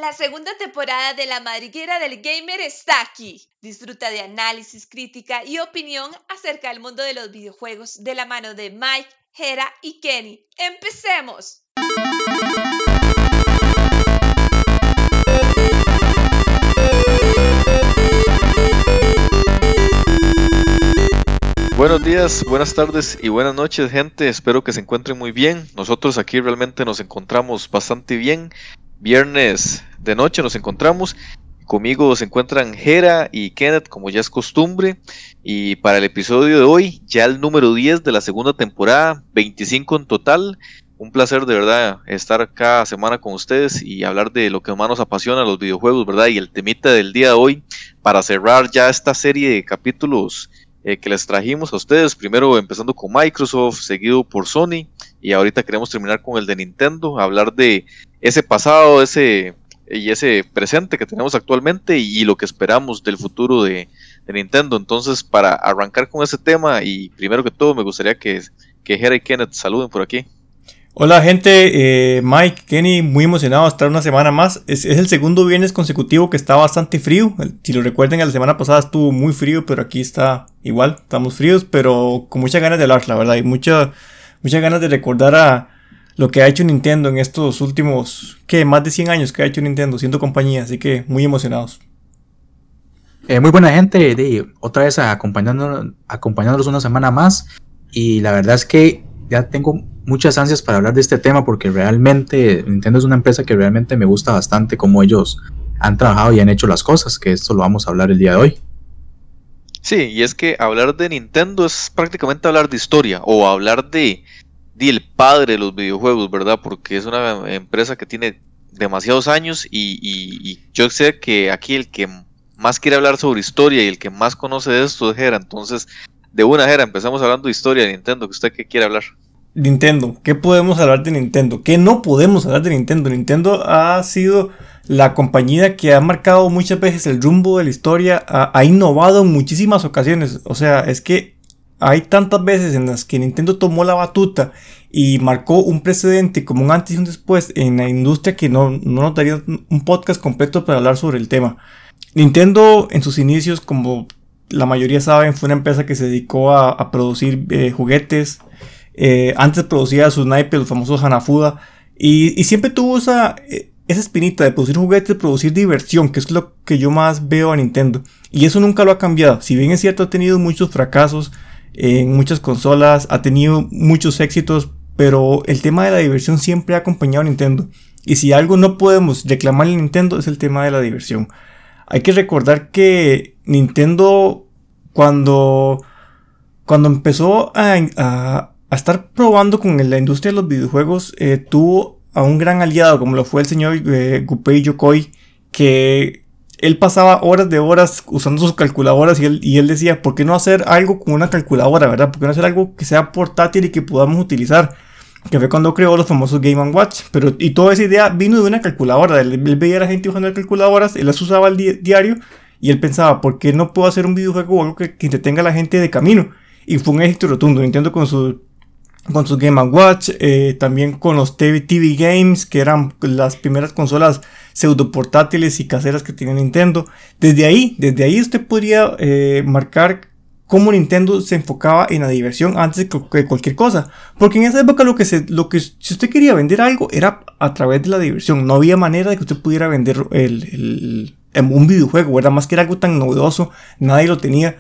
La segunda temporada de La Madriguera del Gamer está aquí. Disfruta de análisis, crítica y opinión acerca del mundo de los videojuegos de la mano de Mike, Jera y Kenny. ¡Empecemos! Buenos días, buenas tardes y buenas noches, gente. Espero que se encuentren muy bien. Nosotros aquí realmente nos encontramos bastante bien. Viernes de noche nos encontramos. Conmigo se encuentran Jera y Kenneth, como ya es costumbre. Y para el episodio de hoy, ya el número 10 de la segunda temporada, 25 en total. Un placer de verdad estar cada semana con ustedes y hablar de lo que más nos apasiona, los videojuegos, ¿verdad? Y el temita del día de hoy, para cerrar ya esta serie de capítulos que les trajimos a ustedes, primero empezando con Microsoft, seguido por Sony, y ahorita queremos terminar con el de Nintendo, hablar de ese pasado, ese presente que tenemos actualmente y lo que esperamos del futuro de Nintendo. Entonces, para arrancar con ese tema, y primero que todo me gustaría que Jera y Kenneth saluden por aquí. Hola gente, Mike, Kenny, muy emocionado de estar una semana más. Es el segundo viernes consecutivo que está bastante frío. Si lo recuerden, la semana pasada estuvo muy frío, pero aquí está igual, estamos fríos, pero con muchas ganas de hablar, la verdad. Y muchas ganas de recordar a lo que ha hecho Nintendo en estos últimos, más de 100 años que ha hecho Nintendo siendo compañía, así que muy emocionados. Muy buena gente, otra vez acompañándonos una semana más. Y la verdad es que ya tengo muchas ansias para hablar de este tema porque realmente Nintendo es una empresa que realmente me gusta bastante cómo ellos han trabajado y han hecho las cosas, que esto lo vamos a hablar el día de hoy. Sí, y es que hablar de Nintendo es prácticamente hablar de historia o hablar de el padre de los videojuegos, ¿verdad? Porque es una empresa que tiene demasiados años y yo sé que aquí el que más quiere hablar sobre historia y el que más conoce de esto es Jera. Entonces, de una, Jera, empezamos hablando de historia de Nintendo. ¿Usted qué quiere hablar? Nintendo, ¿qué podemos hablar de Nintendo? ¿Qué no podemos hablar de Nintendo? Nintendo ha sido la compañía que ha marcado muchas veces el rumbo de la historia, ha innovado en muchísimas ocasiones. O sea, es que hay tantas veces en las que Nintendo tomó la batuta y marcó un precedente como un antes y un después en la industria que no nos daría un podcast completo para hablar sobre el tema. Nintendo en sus inicios, como la mayoría saben, fue una empresa que se dedicó a producir juguetes. Antes producía sus naipes, los famosos Hanafuda, y siempre tuvo esa espinita de producir juguetes, producir diversión, que es lo que yo más veo a Nintendo, y eso nunca lo ha cambiado. Si bien es cierto, ha tenido muchos fracasos en muchas consolas, ha tenido muchos éxitos, pero el tema de la diversión siempre ha acompañado a Nintendo, y si algo no podemos reclamarle a Nintendo es el tema de la diversión. Hay que recordar que Nintendo cuando empezó a estar probando con la industria de los videojuegos, tuvo a un gran aliado como lo fue el señor Gunpei Yokoi, que él pasaba horas de horas usando sus calculadoras y él decía, ¿por qué no hacer algo con una calculadora, verdad? ¿Por qué no hacer algo que sea portátil y que podamos utilizar? Que fue cuando creó los famosos Game & Watch, y toda esa idea vino de una calculadora. Él veía a la gente usando calculadoras, él las usaba al diario y él pensaba, ¿por qué no puedo hacer un videojuego o algo que entretenga a la gente de camino? Y fue un éxito rotundo. Nintendo con sus Game & Watch, también con los TV Games, que eran las primeras consolas pseudo portátiles y caseras que tenía Nintendo. Desde ahí usted podría marcar cómo Nintendo se enfocaba en la diversión antes que cualquier cosa. Porque en esa época si usted quería vender algo era a través de la diversión. No había manera de que usted pudiera vender un videojuego, ¿verdad? Más que era algo tan novedoso, nadie lo tenía.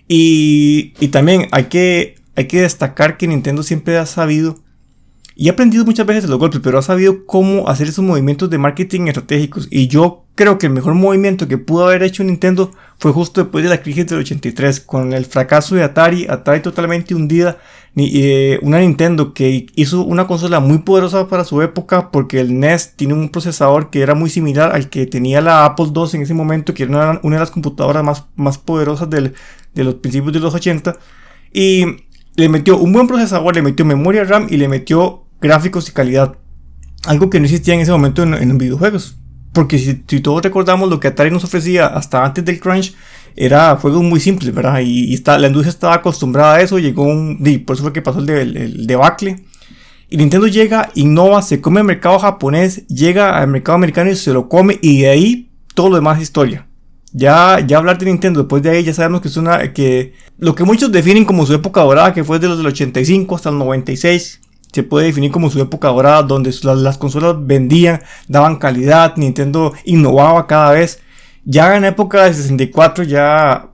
Y también hay que destacar que Nintendo siempre ha sabido y ha aprendido muchas veces de los golpes, pero ha sabido cómo hacer esos movimientos de marketing estratégicos. Y yo creo que el mejor movimiento que pudo haber hecho Nintendo fue justo después de la crisis del 83, con el fracaso de Atari totalmente hundida. Una Nintendo que hizo una consola muy poderosa para su época, porque el NES tiene un procesador que era muy similar al que tenía la Apple II en ese momento, que era una de las computadoras más poderosas de los principios de los 80. Y le metió un buen procesador, le metió memoria RAM y le metió gráficos y calidad. Algo que no existía en ese momento en los videojuegos. Porque si todos recordamos, lo que Atari nos ofrecía hasta antes del crunch era juegos muy simples, ¿verdad? Y la industria estaba acostumbrada a eso. Por eso fue que pasó el debacle. Y Nintendo llega, innova, se come el mercado japonés, llega al mercado americano y se lo come, y de ahí todo lo demás es historia. Ya hablar de Nintendo después de ahí ya sabemos que es que lo que muchos definen como su época dorada, que fue de los del 85 hasta el 96, se puede definir como su época dorada, donde las consolas vendían, daban calidad, Nintendo innovaba cada vez. Ya en la época de 64 ya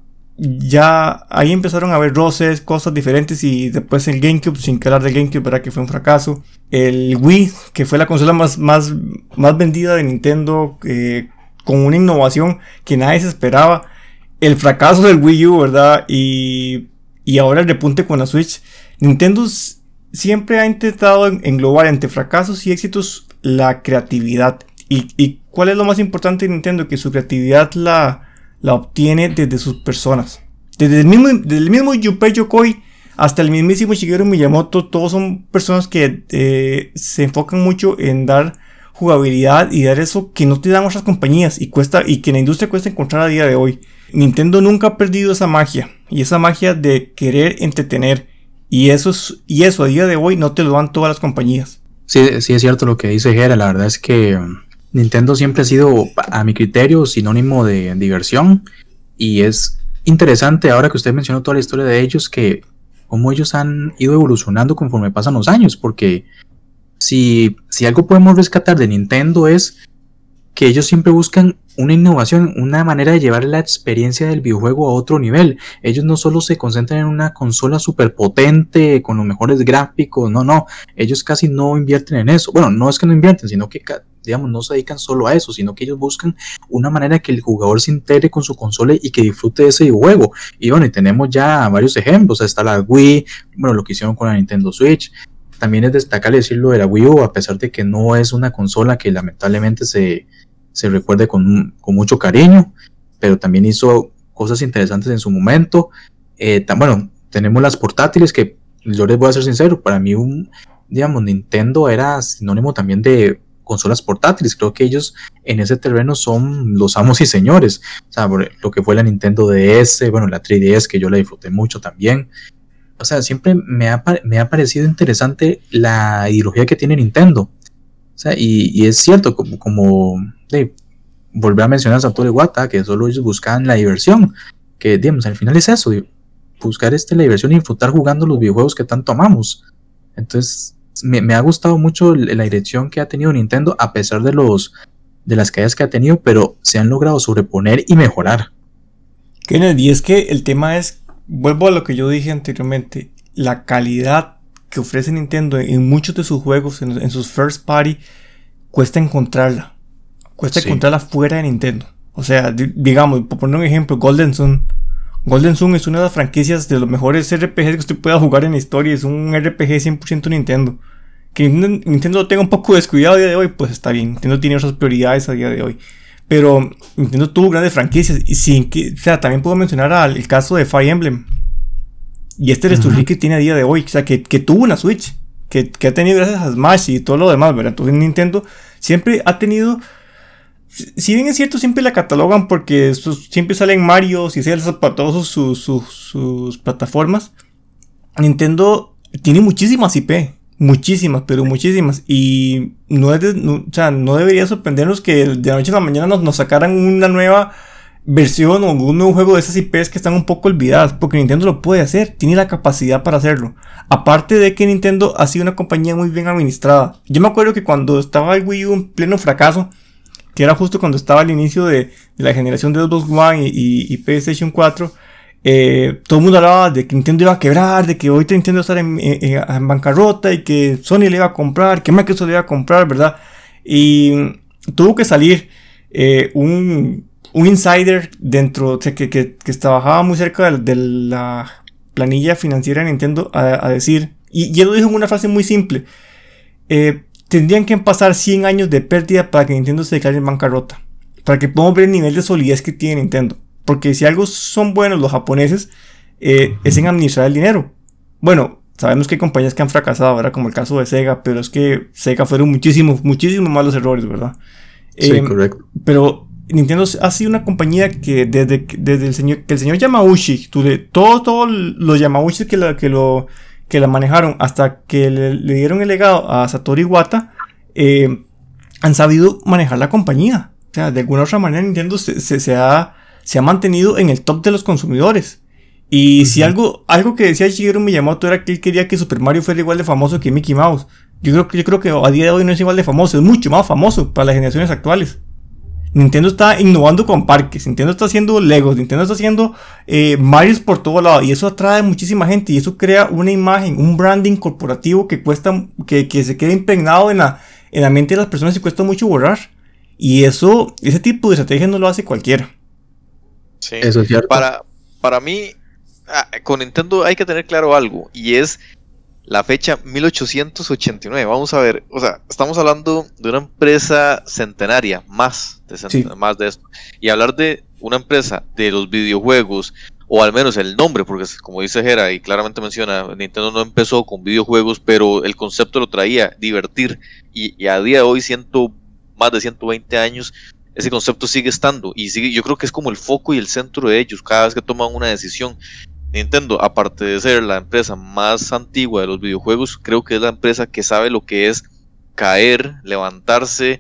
ahí empezaron a haber roces, cosas diferentes, y después el GameCube, sin que hablar del GameCube, ¿verdad? Que fue un fracaso. El Wii, que fue la consola más vendida de Nintendo, con una innovación que nadie se esperaba. El fracaso del Wii U, ¿verdad? Y ahora el repunte con la Switch. Nintendo siempre ha intentado englobar entre fracasos y éxitos la creatividad. ¿Y cuál es lo más importante de Nintendo? Que su creatividad la obtiene desde sus personas. Desde el mismo Junpei Yokoi hasta el mismísimo Shigeru Miyamoto, todos son personas que se enfocan mucho en dar jugabilidad y dar eso que no te dan otras compañías y que en la industria cuesta encontrar a día de hoy. Nintendo nunca ha perdido esa magia, y esa magia de querer entretener, y eso a día de hoy no te lo dan todas las compañías. Sí, es cierto lo que dice Jera. La verdad es que Nintendo siempre ha sido, a mi criterio, sinónimo de diversión, y es interesante ahora que usted mencionó toda la historia de ellos, que cómo ellos han ido evolucionando conforme pasan los años, porque si algo podemos rescatar de Nintendo es que ellos siempre buscan una innovación, una manera de llevar la experiencia del videojuego a otro nivel. Ellos no solo se concentran en una consola súper potente con los mejores gráficos, no, ellos casi no invierten en eso. Bueno, no es que no invierten, sino que, digamos, no se dedican solo a eso, sino que ellos buscan una manera que el jugador se integre con su consola y que disfrute de ese juego. Y bueno, y tenemos ya varios ejemplos. Está la Wii, bueno, lo que hicieron con la Nintendo Switch. También es destacable decirlo de la Wii U, a pesar de que no es una consola que lamentablemente se recuerde con mucho cariño, pero también hizo cosas interesantes en su momento. Bueno, tenemos las portátiles, que yo les voy a ser sincero, para mí Nintendo era sinónimo también de consolas portátiles. Creo que ellos en ese terreno son los amos y señores. O sea, lo que fue la Nintendo DS, bueno, la 3DS, que yo la disfruté mucho también. O sea, siempre me ha parecido interesante la ideología que tiene Nintendo. O sea, y es cierto, como volver a mencionar a Satoru Iwata, que solo ellos buscaban la diversión, que digamos, al final es eso, buscar la diversión y disfrutar jugando los videojuegos que tanto amamos. Entonces, me ha gustado mucho la dirección que ha tenido Nintendo, a pesar de las caídas que ha tenido, pero se han logrado sobreponer y mejorar. Kennedy, es que el tema es, vuelvo a lo que yo dije anteriormente, la calidad que ofrece Nintendo en muchos de sus juegos, en sus first party, cuesta encontrarla fuera de Nintendo. O sea, digamos, por poner un ejemplo, Golden Sun es una de las franquicias de los mejores RPGs que usted pueda jugar en la historia. Es un RPG 100% Nintendo. Que Nintendo lo tenga un poco descuidado a día de hoy, pues está bien. Nintendo tiene otras prioridades a día de hoy, pero Nintendo tuvo grandes franquicias, y también puedo mencionar el caso de Fire Emblem y resurgir que tiene a día de hoy. O sea, que tuvo una Switch, que ha tenido gracias a Smash y todo lo demás, ¿verdad? Entonces Nintendo siempre ha tenido, si bien es cierto, siempre la catalogan porque siempre salen Mario y Zelda para todas sus plataformas. Nintendo tiene muchísimas IP, muchísimas, y no debería sorprendernos que de la noche a la mañana nos sacaran una nueva versión o un nuevo juego de esas IPs que están un poco olvidadas, porque Nintendo lo puede hacer, tiene la capacidad para hacerlo. Aparte de que Nintendo ha sido una compañía muy bien administrada. Yo me acuerdo que cuando estaba el Wii U en pleno fracaso, que era justo cuando estaba al inicio de la generación de Xbox One y PlayStation 4, todo el mundo hablaba de que Nintendo iba a quebrar, de que ahorita Nintendo iba a estar en bancarrota, y que Sony le iba a comprar, que Microsoft le iba a comprar, ¿verdad? Y tuvo que salir un insider dentro, o sea, que trabajaba muy cerca de la planilla financiera de Nintendo a decir, y él lo dijo en una frase muy simple: tendrían que pasar 100 años de pérdida para que Nintendo se declare en bancarrota, para que podamos ver el nivel de solidez que tiene Nintendo. Porque si algo son buenos los japoneses, es en administrar el dinero. Bueno, sabemos que hay compañías que han fracasado, ¿verdad? Como el caso de Sega, pero es que Sega fueron muchísimos malos errores, ¿verdad? Sí, correcto. Pero Nintendo ha sido una compañía que desde el señor Yamauchi, todos los Yamauchi que que la manejaron hasta que le dieron el legado a Satoru Iwata, han sabido manejar la compañía. O sea, de alguna u otra manera Nintendo se ha mantenido en el top de los consumidores. Y si algo que decía Shigeru Miyamoto era que él quería que Super Mario fuera igual de famoso que Mickey Mouse. Yo creo que a día de hoy no es igual de famoso, es mucho más famoso para las generaciones actuales. Nintendo está innovando con parques, Nintendo está haciendo Legos, Nintendo está haciendo Marios por todo lado, y eso atrae muchísima gente y eso crea una imagen, un branding corporativo que se queda impregnado en la mente de las personas y cuesta mucho borrar. Y ese tipo de estrategia no lo hace cualquiera. Sí. Eso es cierto. Para mí, con Nintendo hay que tener claro algo, y es la fecha 1889. Vamos a ver, o sea, estamos hablando de una empresa centenaria, más de esto. Y hablar de una empresa de los videojuegos, o al menos el nombre, porque como dice Jera y claramente menciona, Nintendo no empezó con videojuegos, pero el concepto lo traía, divertir, y a día de hoy, más de 120 años, ese concepto sigue estando, y yo creo que es como el foco y el centro de ellos, cada vez que toman una decisión. Nintendo, aparte de ser la empresa más antigua de los videojuegos, creo que es la empresa que sabe lo que es caer, levantarse,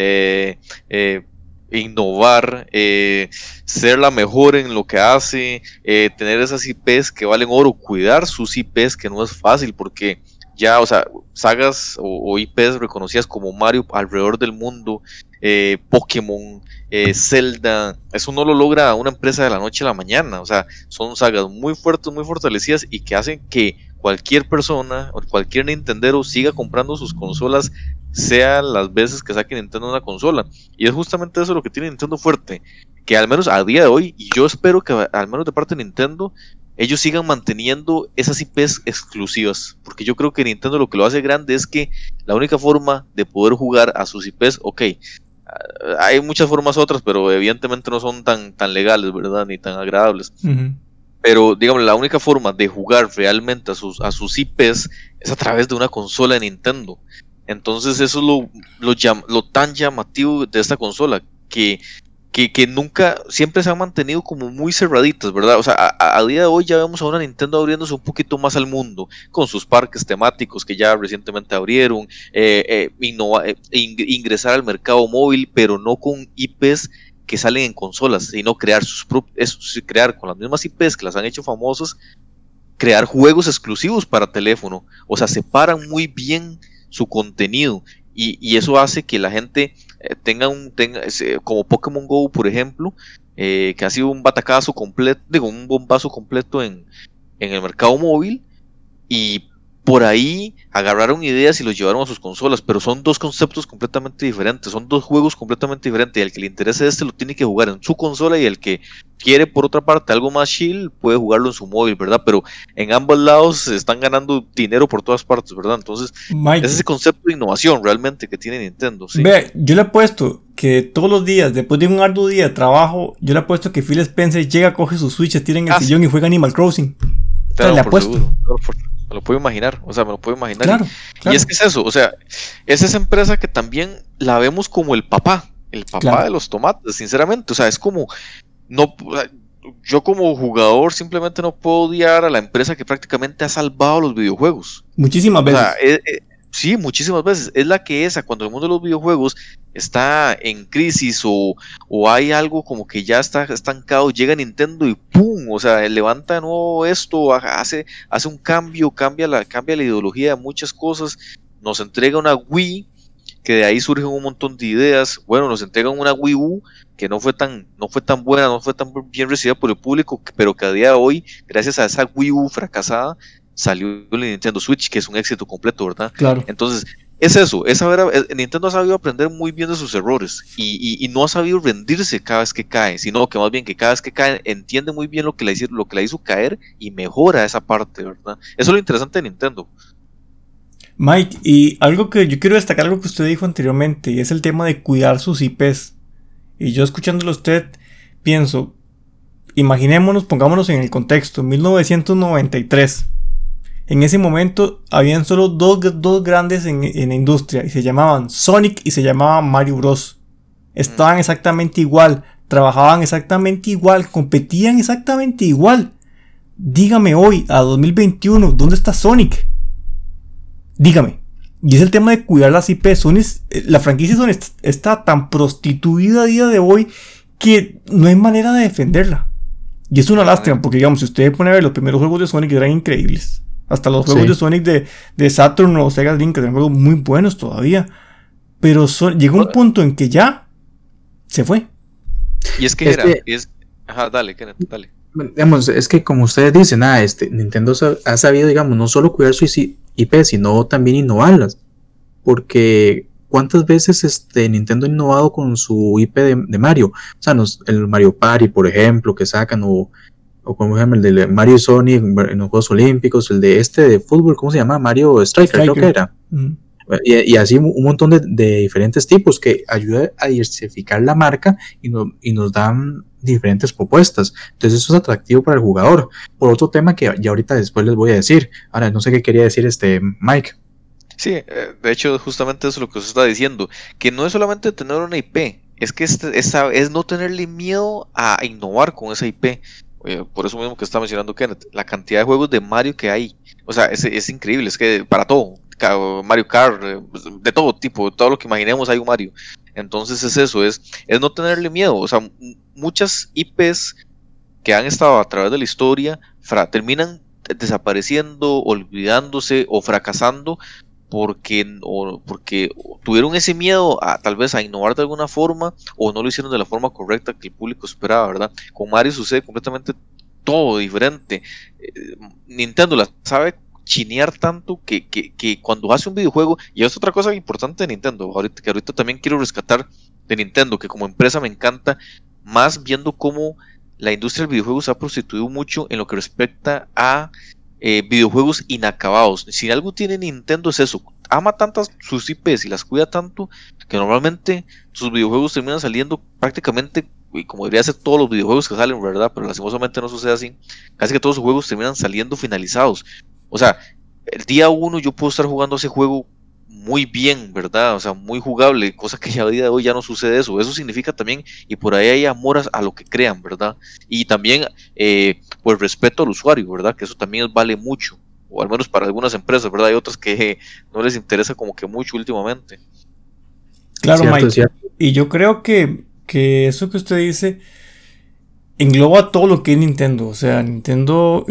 innovar, ser la mejor en lo que hace, tener esas IPs que valen oro, cuidar sus IPs, que no es fácil, porque ya, o sea, sagas o IPs reconocidas como Mario alrededor del mundo, Pokémon, Zelda, eso no lo logra una empresa de la noche a la mañana. O sea, son sagas muy fuertes, muy fortalecidas, y que hacen que cualquier persona o cualquier Nintendero siga comprando sus consolas, sea las veces que saque Nintendo una consola. Y es justamente eso lo que tiene Nintendo fuerte, que al menos a día de hoy, y yo espero que al menos de parte de Nintendo, ellos sigan manteniendo esas IPs exclusivas, porque yo creo que Nintendo lo que lo hace grande es que la única forma de poder jugar a sus IPs, hay muchas formas otras, pero evidentemente no son tan legales, ¿verdad? Ni tan agradables. Pero, digamos, la única forma de jugar realmente a sus IPs es a través de una consola de Nintendo. Entonces eso es lo tan llamativo de esta consola, que nunca, siempre se han mantenido como muy cerraditas, ¿verdad? O sea, a día de hoy ya vemos a una Nintendo abriéndose un poquito más al mundo, con sus parques temáticos que ya recientemente abrieron, ingresar al mercado móvil, pero no con IPs que salen en consolas, sino crear crear con las mismas IPs que las han hecho famosas, crear juegos exclusivos para teléfono. O sea, separan muy bien su contenido, y eso hace que la gente tenga como Pokémon Go, por ejemplo, que ha sido un batacazo completo, un bombazo completo en el mercado móvil, y por ahí agarraron ideas y los llevaron a sus consolas, pero son dos conceptos completamente diferentes, son dos juegos completamente diferentes, y el que le interese lo tiene que jugar en su consola, y el que quiere por otra parte algo más chill puede jugarlo en su móvil, ¿verdad? Pero en ambos lados se están ganando dinero por todas partes, ¿verdad? Entonces, Mike, es ese concepto de innovación realmente que tiene Nintendo, ¿sí? Vea, yo le apuesto que todos los días, después de un arduo día de trabajo, yo le apuesto que Phil Spencer llega, coge sus Switch, tira en el sillón y juega Animal Crossing. Claro, le apuesto. Me lo puedo imaginar, Claro. Y es que es eso, o sea, es esa empresa que también la vemos como el papá de los tomates, sinceramente. O sea, es como, yo como jugador simplemente no puedo odiar a la empresa que prácticamente ha salvado los videojuegos. Muchísimas veces. O sea, sí, muchísimas veces. Es la que cuando el mundo de los videojuegos está en crisis, o hay algo como que ya está estancado, llega Nintendo y ¡pum! O sea, levanta de nuevo esto, hace un cambio, cambia la ideología de muchas cosas, nos entrega una Wii, que de ahí surgen un montón de ideas. Bueno, nos entregan una Wii U que no fue tan buena, no fue tan bien recibida por el público, pero que a día de hoy, gracias a esa Wii U fracasada, salió el Nintendo Switch, que es un éxito completo, ¿verdad? Claro. Entonces, es eso, Nintendo ha sabido aprender muy bien de sus errores, y no ha sabido rendirse cada vez que cae, sino que más bien que cada vez que cae entiende muy bien lo que la hizo caer y mejora esa parte, ¿verdad? Eso es lo interesante de Nintendo. Mike, y algo que yo quiero destacar, algo que usted dijo anteriormente, y es el tema de cuidar sus IPs. Y yo escuchándolo a usted, pienso, pongámonos en el contexto, 1993. En ese momento habían solo dos grandes en la industria, y se llamaban Sonic y se llamaba Mario Bros. Estaban exactamente igual, trabajaban exactamente igual, competían exactamente igual. dígame hoy, a 2021, ¿dónde está Sonic? Dígame. Y es el tema de cuidar las IP. La franquicia Sonic está tan prostituida a día de hoy que no hay manera de defenderla. Y es una lástima, porque digamos, si usted pone a ver los primeros juegos de Sonic eran increíbles. Hasta los juegos de Sonic de Saturn o Sega Dreamcast eran juegos muy buenos todavía. Pero llegó un punto en que ya se fue. Y es que Ajá, dale, Kenneth, dale. Digamos, es que como ustedes dicen, Nintendo ha sabido, digamos, no solo cuidar su IP, sino también innovarlas. Porque ¿cuántas veces Nintendo ha innovado con su IP de Mario? O sea, el Mario Party, por ejemplo, que sacan, o como ejemplo el de Mario y Sonic en los Juegos Olímpicos, el de fútbol, ¿cómo se llama? Mario Striker. Creo que era. Y así un montón de diferentes tipos que ayudan a diversificar la marca y nos dan diferentes propuestas. Entonces eso es atractivo para el jugador. Por otro tema que ya ahorita después les voy a decir. Ahora, no sé qué quería decir Mike. Sí, de hecho justamente eso es lo que usted está diciendo, que no es solamente tener una IP, es que es no tenerle miedo a innovar con esa IP. Por eso mismo que está mencionando Kenneth, la cantidad de juegos de Mario que hay, o sea, es increíble, es que para todo, Mario Kart, de todo tipo, todo lo que imaginemos hay un Mario. Entonces es no tenerle miedo, o sea, muchas IPs que han estado a través de la historia terminan desapareciendo, olvidándose o fracasando porque tuvieron ese miedo tal vez a innovar de alguna forma o no lo hicieron de la forma correcta que el público esperaba, ¿verdad? Con Mario sucede completamente todo diferente. Nintendo la sabe chinear tanto que cuando hace un videojuego, y es otra cosa importante de Nintendo, que ahorita también quiero rescatar de Nintendo, que como empresa me encanta, más viendo cómo la industria del videojuego se ha prostituido mucho en lo que respecta a videojuegos inacabados. Si algo tiene Nintendo es eso, ama tantas sus IPs y las cuida tanto que normalmente sus videojuegos terminan saliendo prácticamente, y como debería ser todos los videojuegos que salen, ¿verdad? Pero lastimosamente no sucede así. Casi que todos sus juegos terminan saliendo finalizados. O sea, el día 1 yo puedo estar jugando ese juego muy bien, ¿verdad? O sea, muy jugable, cosa que ya a día de hoy ya no sucede eso. Eso significa también, y por ahí hay amor a lo que crean, ¿verdad? Y también por respeto al usuario, ¿verdad? Que eso también vale mucho, o al menos para algunas empresas, ¿verdad? Hay otras que no les interesa como que mucho últimamente. Claro, cierto, Mike. Cierto. Y yo creo que eso que usted dice engloba todo lo que es Nintendo. O sea, Nintendo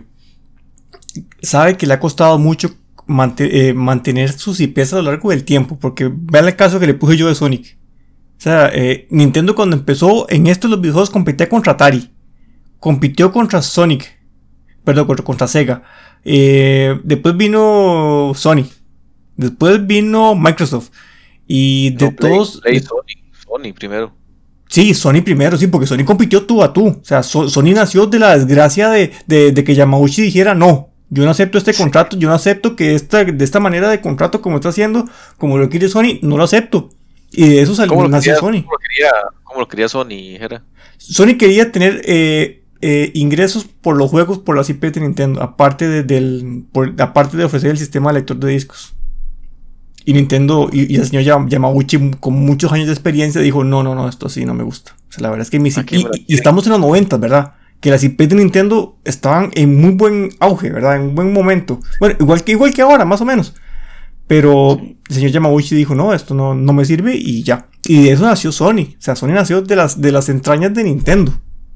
sabe que le ha costado mucho mantener sus IPs a lo largo del tiempo, porque vean el caso que le puse yo de Sonic. O sea, Nintendo cuando empezó en estos los videojuegos competía contra Atari, compitió contra Sonic, perdón, contra Sega, después vino Sony, después vino Microsoft y de todos Sony primero. Sí, Sony primero, sí, porque Sony compitió tú a tú. O sea, Sony nació de la desgracia de que Yamauchi dijera no. Yo no acepto este contrato, yo no acepto que de esta manera de contrato como está haciendo, como lo quiere Sony, no lo acepto. Y de eso nació Sony. ¿Cómo lo quería Sony, Jera? Sony quería tener ingresos por los juegos, por las IP de Nintendo, aparte de ofrecer el sistema de lector de discos. Y Nintendo y el señor Yamauchi con muchos años de experiencia dijo, no, esto sí no me gusta. O sea, la verdad es que y estamos en los 90, ¿verdad? Que las IP de Nintendo estaban en muy buen auge, ¿verdad? En un buen momento. Bueno, igual que ahora, más o menos. Pero el señor Yamauchi dijo, no, esto no me sirve y ya. Y de eso nació Sony. O sea, Sony nació de las entrañas de Nintendo.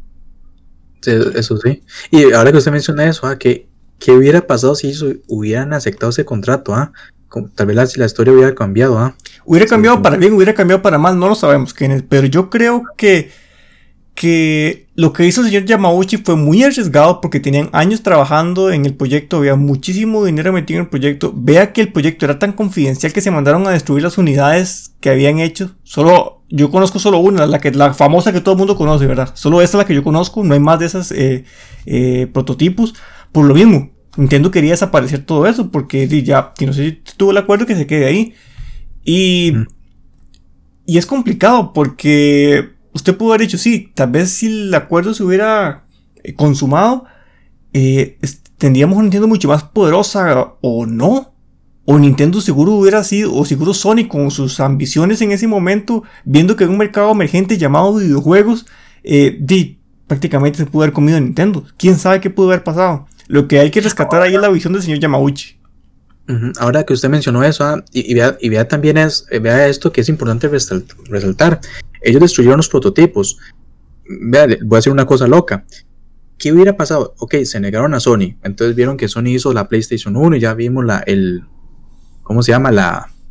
Sí, eso sí. Y ahora que usted menciona eso, ¿qué hubiera pasado si hubieran aceptado ese contrato? Tal vez la historia hubiera cambiado. Hubiera cambiado para bien, hubiera cambiado para mal, no lo sabemos, Kenneth. Pero yo creo que lo que hizo el señor Yamauchi fue muy arriesgado porque tenían años trabajando en el proyecto, había muchísimo dinero metido en el proyecto. Vea que el proyecto era tan confidencial que se mandaron a destruir las unidades que habían hecho. Yo conozco solo una, la famosa que todo el mundo conoce, ¿verdad? Solo esta es la que yo conozco, no hay más de esas prototipos. Por lo mismo, Nintendo quería desaparecer todo eso porque ya, no sé si tuvo el acuerdo que se quede ahí. Y es complicado porque usted pudo haber dicho, sí, tal vez si el acuerdo se hubiera consumado, tendríamos una Nintendo mucho más poderosa o no. O Nintendo seguro hubiera sido, o seguro Sony con sus ambiciones en ese momento, viendo que hay un mercado emergente llamado videojuegos, prácticamente se pudo haber comido a Nintendo. ¿Quién sabe qué pudo haber pasado? Lo que hay que rescatar ahí es la visión del señor Yamauchi. Ahora que usted mencionó eso, y vea también vea esto que es importante resaltar. Ellos destruyeron los prototipos. Vea, voy a decir una cosa loca. ¿Qué hubiera pasado? Ok, se negaron a Sony. Entonces vieron que Sony hizo la PlayStation 1 y ya vimos ¿cómo se llama?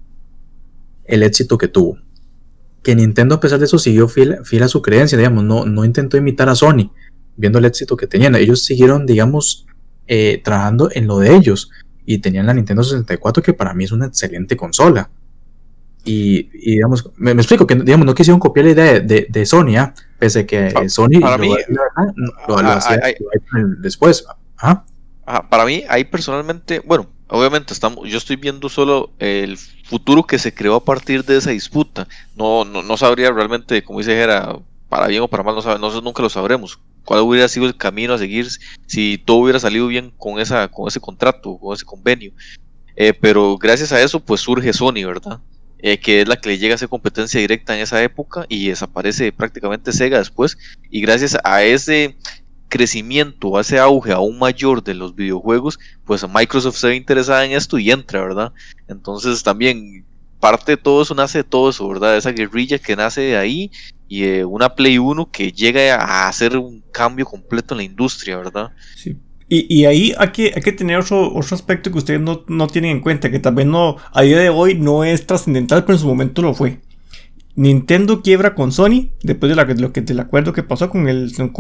El éxito que tuvo. Que Nintendo, a pesar de eso, siguió fiel a su creencia, digamos, no intentó imitar a Sony, viendo el éxito que tenían. Ellos siguieron, digamos, trabajando en lo de ellos, y tenían la Nintendo 64, que para mí es una excelente consola. Y digamos, me explico, que digamos, no quisieron copiar la idea de Sony, pese que Sony para mí, lo hacía después. Para mí, ahí personalmente, bueno, obviamente yo estoy viendo solo el futuro que se creó a partir de esa disputa. No sabría realmente, como dice Jera, para bien o para mal, nunca lo sabremos. ¿Cuál hubiera sido el camino a seguir si todo hubiera salido bien con ese contrato, con ese convenio? Pero gracias a eso, pues surge Sony, ¿verdad? Que es la que le llega a hacer competencia directa en esa época, y desaparece prácticamente Sega después. Y gracias a ese crecimiento, a ese auge aún mayor de los videojuegos, pues Microsoft se ve interesada en esto y entra, ¿verdad? Entonces también parte de todo eso nace de todo eso, ¿verdad? Esa guerrilla que nace de ahí, y una Play 1 que llega a hacer un cambio completo en la industria, ¿verdad? Sí. Y ahí hay que tener otro aspecto que ustedes no tienen en cuenta, que tal vez a día de hoy no es trascendental, pero en su momento lo fue. Nintendo quiebra con Sony después del acuerdo que pasó con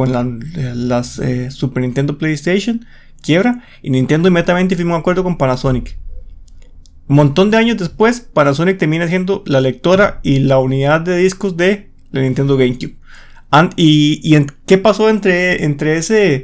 las Super Nintendo PlayStation, quiebra, y Nintendo inmediatamente firmó un acuerdo con Panasonic. Un montón de años después, Panasonic termina siendo la lectora y la unidad de discos de la Nintendo GameCube. ¿Qué pasó entre ese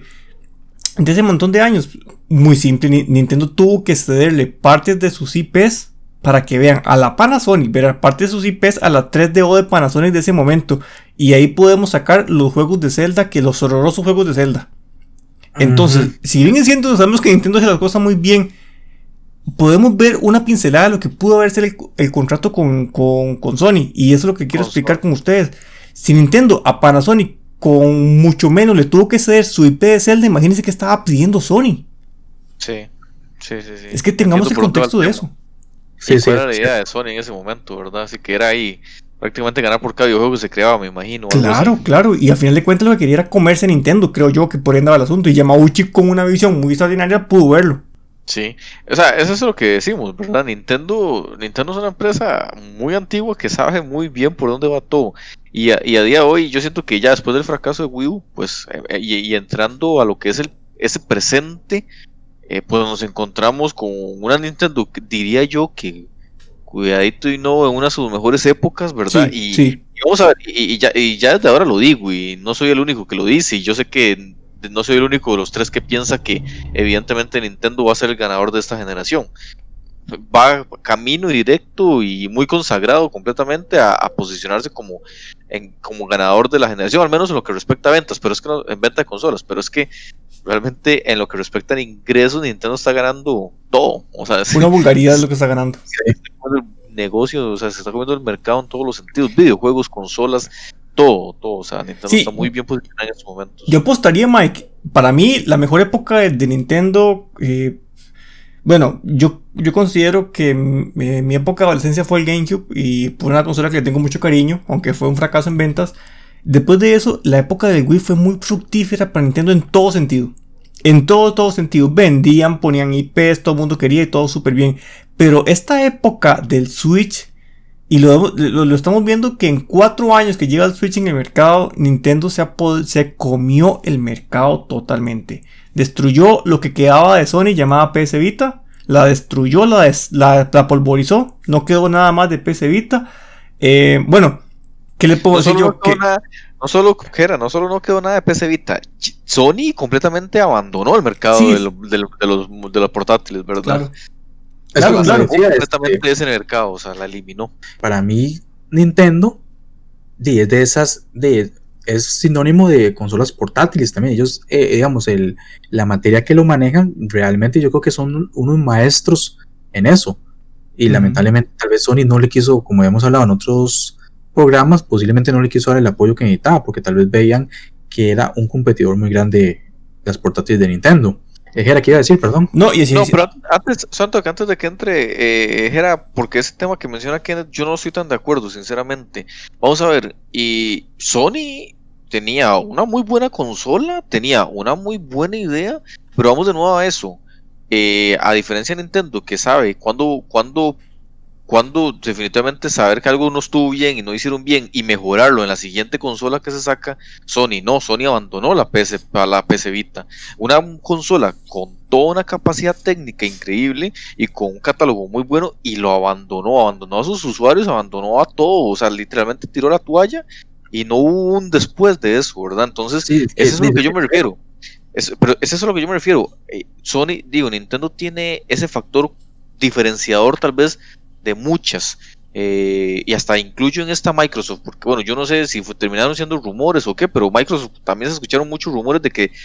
montón de años? Muy simple, Nintendo tuvo que cederle partes de sus IPs para que vean a la Panasonic, ver parte de sus IPs a la 3DO de Panasonic de ese momento. Y ahí podemos sacar los juegos de Zelda, los horrorosos juegos de Zelda. Entonces, si bien siendo, sabemos que Nintendo hace las cosas muy bien, podemos ver una pincelada de lo que pudo haber sido el contrato con Sony. Y eso es lo que quiero explicar con ustedes. Si Nintendo a Panasonic con mucho menos le tuvo que ceder su IP de Zelda, imagínense que estaba pidiendo Sony. Sí. Es que tengamos el contexto de eso. Sí, era la idea de Sony en ese momento, ¿verdad? Así que era ahí prácticamente ganar por cada videojuego que se creaba, me imagino. Claro, y al final de cuentas lo que quería era comerse Nintendo, creo yo, que por ahí andaba el asunto, y Yamauchi con una visión muy extraordinaria pudo verlo. Sí, o sea, eso es lo que decimos, ¿verdad? Nintendo es una empresa muy antigua que sabe muy bien por dónde va todo, y a día de hoy yo siento que ya después del fracaso de Wii U, pues, y entrando a lo que es ese presente, pues nos encontramos con una Nintendo, diría yo, que cuidadito y no en una de sus mejores épocas, ¿verdad? Sí. Y vamos a ver, y ya desde ahora lo digo, y no soy el único que lo dice, y yo sé que no soy el único de los tres que piensa que evidentemente Nintendo va a ser el ganador de esta generación. Va camino directo y muy consagrado completamente a posicionarse como ganador de la generación, al menos en lo que respecta a ventas, pero es que en venta de consolas, pero es que realmente en lo que respecta a ingresos, Nintendo está ganando todo. O sea, una vulgaridad es lo que está ganando. El negocio, o sea, se está comiendo el mercado en todos los sentidos, videojuegos, consolas, todo, o sea, Nintendo está muy bien posicionado en estos momentos. Yo apostaría, Mike, para mí la mejor época de Nintendo, bueno, yo considero que mi época de adolescencia fue el GameCube, y fue una consola que le tengo mucho cariño, aunque fue un fracaso en ventas. Después de eso, la época del Wii fue muy fructífera para Nintendo en todo sentido. En todo sentido. Vendían, ponían IPs, todo el mundo quería y todo súper bien. Pero esta época del Switch, y lo estamos viendo que en 4 años que lleva el Switch en el mercado, Nintendo se comió el mercado totalmente. Destruyó lo que quedaba de Sony, llamada PS Vita. La destruyó, la polvorizó. No quedó nada más de PS Vita. Bueno, ¿qué le puedo decir yo? No solo no quedó nada de PC Vita. Sony completamente abandonó el mercado de los portátiles, ¿verdad? Claro. Completamente ese mercado, o sea, la eliminó. Para mí, Nintendo es sinónimo de consolas portátiles también. Ellos, digamos, la materia que lo manejan, realmente yo creo que son unos maestros en eso. Y lamentablemente, tal vez Sony no le quiso, como hemos hablado en otros programas, posiblemente no le quiso dar el apoyo que necesitaba, porque tal vez veían que era un competidor muy grande de las portátiles de Nintendo. Jera, ¿qué iba a decir? Perdón. No, y así, No, pero antes, Santo, que antes de que entre, Jera, porque ese tema que menciona Kenneth, yo no estoy tan de acuerdo, sinceramente. Vamos a ver, y Sony tenía una muy buena consola, tenía una muy buena idea, pero vamos de nuevo a eso. A diferencia de Nintendo, que sabe cuando definitivamente saber que algo no estuvo bien y no hicieron bien y mejorarlo en la siguiente consola que se saca, Sony abandonó la PS Vita, una consola con toda una capacidad técnica increíble y con un catálogo muy bueno, y lo abandonó a sus usuarios, abandonó a todo, o sea, literalmente tiró la toalla y no hubo un después de eso, ¿verdad? Entonces, Sí, eso es a lo que yo me refiero. Pero es eso a lo que yo me refiero. Sony, Nintendo tiene ese factor diferenciador tal vez de muchas, y hasta incluyo en esta Microsoft, porque bueno, yo no sé si terminaron siendo rumores o qué, pero Microsoft también se escucharon muchos rumores de que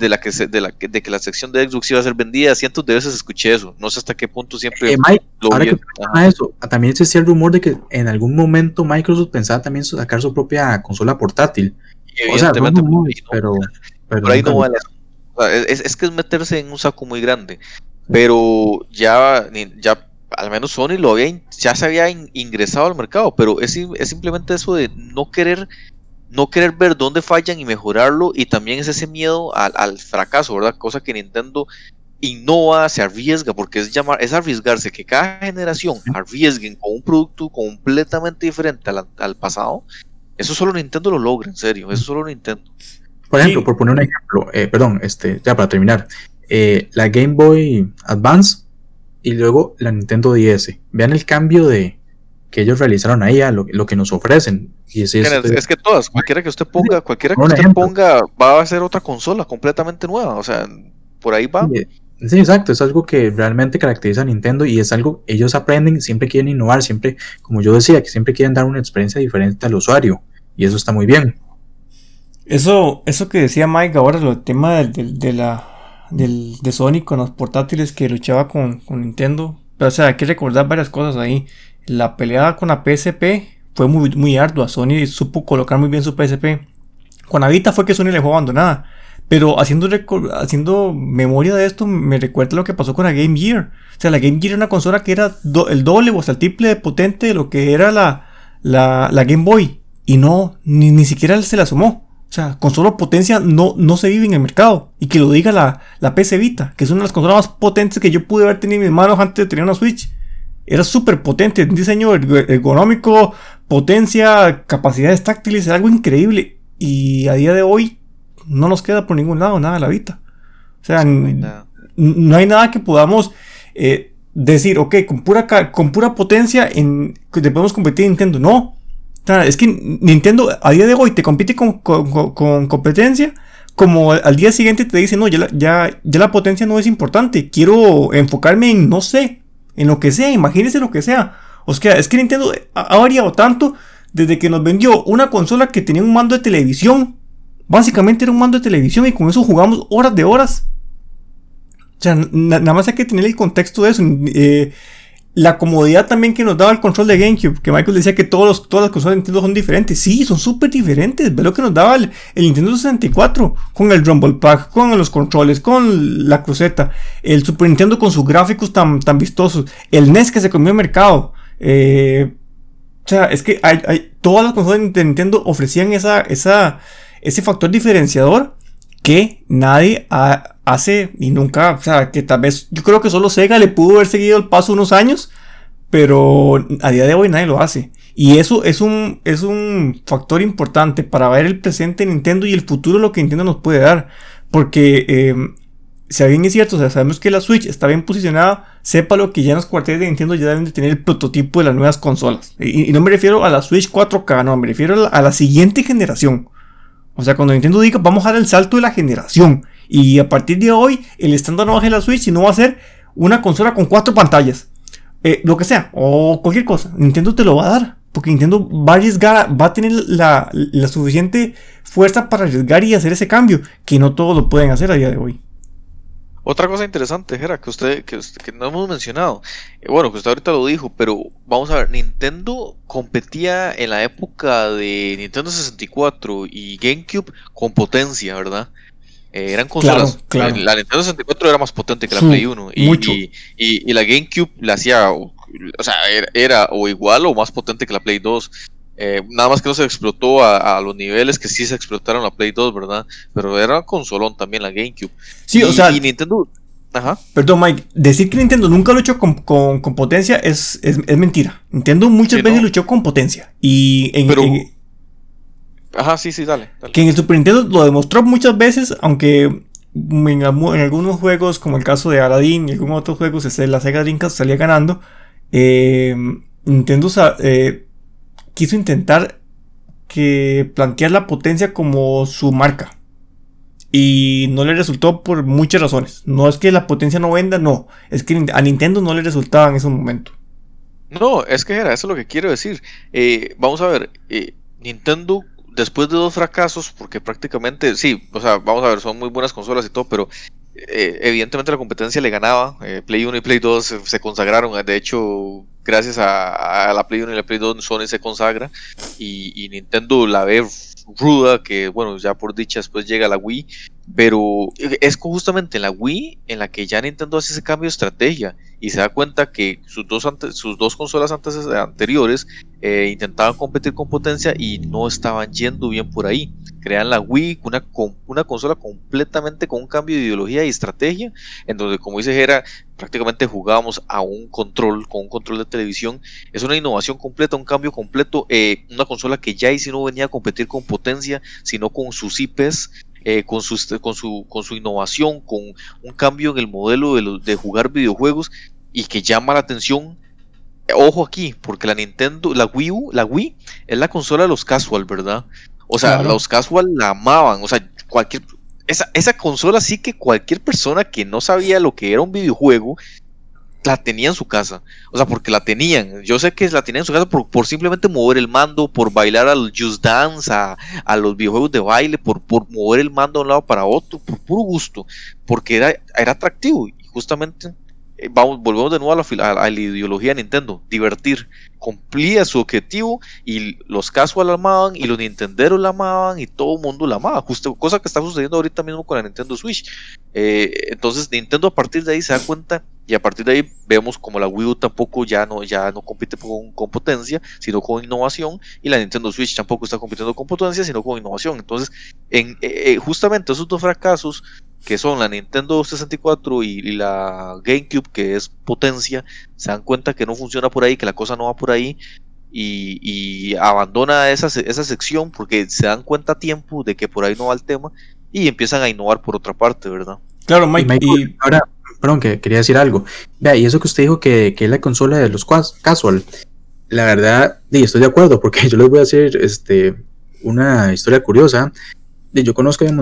de que la sección de Xbox iba a ser vendida. Cientos de veces escuché eso, no sé hasta qué punto siempre Mike, lo ahora vi. que menciona eso, también existía el rumor de que en algún momento Microsoft pensaba también sacar su propia consola portátil. Y O sea, evidentemente rumores, pero por ahí nunca no lo- vale. O sea, es que es meterse en un saco muy grande, pero ya al menos Sony ya se había ingresado al mercado, pero es simplemente eso de no querer ver dónde fallan y mejorarlo, y también es ese miedo al fracaso, ¿verdad? Cosa que Nintendo innova, se arriesga, porque es arriesgarse que cada generación arriesguen con un producto completamente diferente al pasado. Eso solo Nintendo lo logra, en serio, eso solo Nintendo. Por ejemplo, Sí. por poner un ejemplo, perdón, ya para terminar, la Game Boy Advance y luego la Nintendo DS. Vean el cambio que ellos realizaron ahí a lo que nos ofrecen. Y Es que todas, cualquiera que usted ponga, va a ser otra consola completamente nueva, o sea, por ahí va. Sí, exacto, es algo que realmente caracteriza a Nintendo y es algo, ellos aprenden, siempre quieren innovar, siempre, como yo decía, que siempre quieren dar una experiencia diferente al usuario, y eso está muy bien. Eso que decía Mike ahora, el tema de Sony con los portátiles que luchaba con Nintendo. O sea, hay que recordar varias cosas ahí. La pelea con la PSP fue muy, muy ardua. Sony supo colocar muy bien su PSP. Con la Vita fue que Sony le dejó abandonada. Pero haciendo memoria de esto, me recuerda lo que pasó con la Game Gear. O sea, la Game Gear era una consola que era el doble o hasta el triple de potente de lo que era la Game Boy. Y no, ni siquiera se la sumó. O sea, con solo potencia no se vive en el mercado. Y que lo diga la PS Vita, que es una de las consolas más potentes que yo pude haber tenido en mis manos antes de tener una Switch. Era súper potente, un diseño ergonómico, potencia, capacidades táctiles, era algo increíble. Y a día de hoy no nos queda por ningún lado nada de la Vita. O sea, no hay nada que podamos decir, ok, con pura potencia te podemos competir en Nintendo. No. O sea, es que Nintendo a día de hoy te compite con competencia, como al día siguiente te dice, no, ya la potencia no es importante, quiero enfocarme en, no sé, en lo que sea, imagínese lo que sea. O sea, es que Nintendo ha variado tanto desde que nos vendió una consola que tenía un mando de televisión. Básicamente era un mando de televisión y con eso jugamos horas de horas. O sea, nada más hay que tener el contexto de eso. La comodidad también que nos daba el control de GameCube, que Michael decía que todas las consolas de Nintendo son diferentes. Sí, son súper diferentes. Ve lo que nos daba el Nintendo 64 con el Rumble Pack, con los controles, con la cruceta. El Super Nintendo con sus gráficos tan vistosos. El NES que se comió el mercado. O sea, es que todas las consolas de Nintendo ofrecían ese factor diferenciador que nadie hace y nunca, o sea, que tal vez yo creo que solo Sega le pudo haber seguido el paso unos años, pero a día de hoy nadie lo hace. Y eso es un factor importante para ver el presente de Nintendo y el futuro, lo que Nintendo nos puede dar. Porque si bien es cierto, o sea, sabemos que la Switch está bien posicionada, sepa lo que ya en los cuarteles de Nintendo ya deben de tener el prototipo de las nuevas consolas. Y no me refiero a la Switch 4K, no, me refiero a la siguiente generación. O sea, cuando Nintendo diga, vamos a dar el salto de la generación. Y a partir de hoy, el estándar no va a ser la Switch, sino va a ser una consola con 4 pantallas. Lo que sea, o cualquier cosa. Nintendo te lo va a dar. Porque Nintendo va a arriesgar, va a tener la suficiente fuerza para arriesgar y hacer ese cambio. Que no todos lo pueden hacer a día de hoy. Otra cosa interesante, Jera, que no hemos mencionado, bueno, que usted ahorita lo dijo, pero vamos a ver, Nintendo competía en la época de Nintendo 64 y GameCube con potencia, ¿verdad? Eran Claro, consolas, claro. la Nintendo 64 era más potente que la Play 1 Mucho. y la GameCube la hacía, o sea, era o igual o más potente que la Play 2. Nada más que no se explotó a los niveles que sí se explotaron la Play 2, ¿verdad? Pero era consolón también la GameCube. Sí, o sea, Y Nintendo, ajá, perdón, Mike, decir que Nintendo nunca luchó con potencia es mentira. Nintendo muchas sí, veces ¿no? luchó con potencia. Y Pero, ajá, sí, sí, dale, dale. que en el Super Nintendo lo demostró muchas veces, aunque en algunos juegos, como el caso de Aladdin y algunos otros juegos, la Sega Dreamcast salía ganando. eh, Nintendo quiso intentar plantear la potencia como su marca. Y no le resultó por muchas razones. No es que la potencia no venda, no. Es que a Nintendo no le resultaba en ese momento. No, es que era, eso es lo que quiero decir. Vamos a ver, Nintendo, después de dos fracasos, porque prácticamente, sí, o sea, vamos a ver, son muy buenas consolas y todo, pero evidentemente la competencia le ganaba. Play 1 y Play 2 se consagraron. De hecho, gracias a la Play 1 y la Play 2, Sony se consagra y Nintendo la ve ruda, que bueno, ya por dicha después llega la Wii. Pero es justamente en la Wii en la que ya Nintendo hace ese cambio de estrategia y se da cuenta que sus dos consolas anteriores intentaban competir con potencia y no estaban yendo bien por ahí. Crean la Wii, una consola completamente con un cambio de ideología y estrategia, en donde, como dice Jera, prácticamente jugábamos a un control, con un control de televisión. Es una innovación completa, un cambio completo, una consola que ya y si no venía a competir con potencia, sino con sus IPs, con su innovación, con un cambio en el modelo de jugar videojuegos y que llama la atención. Ojo aquí, porque la Wii es la consola de los casual, ¿verdad? O sea, Claro. los casual la amaban, o sea, esa consola sí que cualquier persona que no sabía lo que era un videojuego la tenía en su casa. O sea, porque la tenían. Yo sé que la tenían en su casa por simplemente mover el mando, por bailar al Just Dance, a los videojuegos de baile, por mover el mando de un lado para otro, por puro gusto, porque era atractivo. Y justamente, volvemos de nuevo a la ideología de Nintendo: divertir. Cumplía su objetivo y los casual la amaban y los nintenderos la amaban y todo el mundo la amaba. Justo cosa que está sucediendo ahorita mismo con la Nintendo Switch. Entonces Nintendo a partir de ahí se da cuenta y a partir de ahí vemos como la Wii U tampoco ya no compite con potencia, sino con innovación, y la Nintendo Switch tampoco está compitiendo con potencia, sino con innovación. Entonces, justamente esos dos fracasos, que son la Nintendo 64 y la GameCube, que es potencia, se dan cuenta que no funciona por ahí, que la cosa no va por ahí, y abandona esa sección porque se dan cuenta a tiempo de que por ahí no va el tema y empiezan a innovar por otra parte, ¿verdad? Claro, Y Mike. Michael, ahora, perdón, que quería decir algo. Vea, y eso que usted dijo que es la consola de los casual, la verdad, estoy de acuerdo, porque yo les voy a hacer una historia curiosa. Yo conozco, digamos,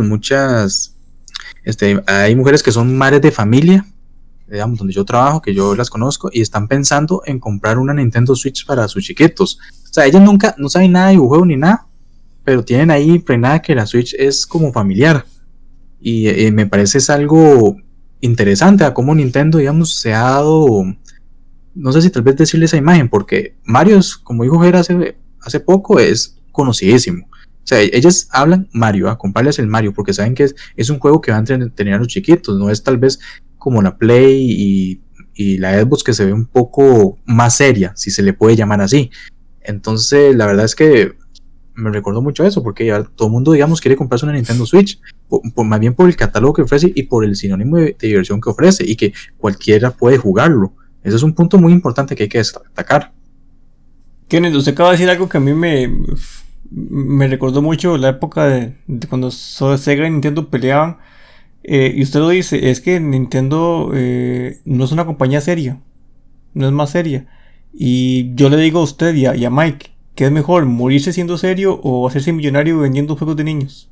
hay mujeres que son madres de familia, digamos, donde yo trabajo, que yo las conozco, y están pensando en comprar una Nintendo Switch para sus chiquitos. O sea, ellas nunca, no saben nada de videojuego ni nada, pero tienen ahí impregnada que la Switch es como familiar. Y me parece es algo interesante a cómo Nintendo, digamos, se ha dado, no sé si tal vez decirle esa imagen, porque Mario, como dijo Jera hace poco, es conocidísimo. O sea, ellas hablan Mario, a comprarles el Mario, porque saben que es un juego que va a entretener a los chiquitos, no es tal vez como la Play y la Xbox, que se ve un poco más seria, si se le puede llamar así. Entonces, la verdad es que me recordó mucho eso, porque ya todo el mundo, digamos, quiere comprarse una Nintendo Switch, más bien por el catálogo que ofrece y por el sinónimo de diversión que ofrece, y que cualquiera puede jugarlo. Ese es un punto muy importante que hay que destacar. Kenneth, usted acaba de decir algo que a mí me recordó mucho la época de cuando Sega y Nintendo peleaban. Y usted lo dice, es que Nintendo no es una compañía seria, no es más seria. Y yo le digo a usted y a Mike, ¿qué es mejor, morirse siendo serio o hacerse millonario vendiendo juegos de niños?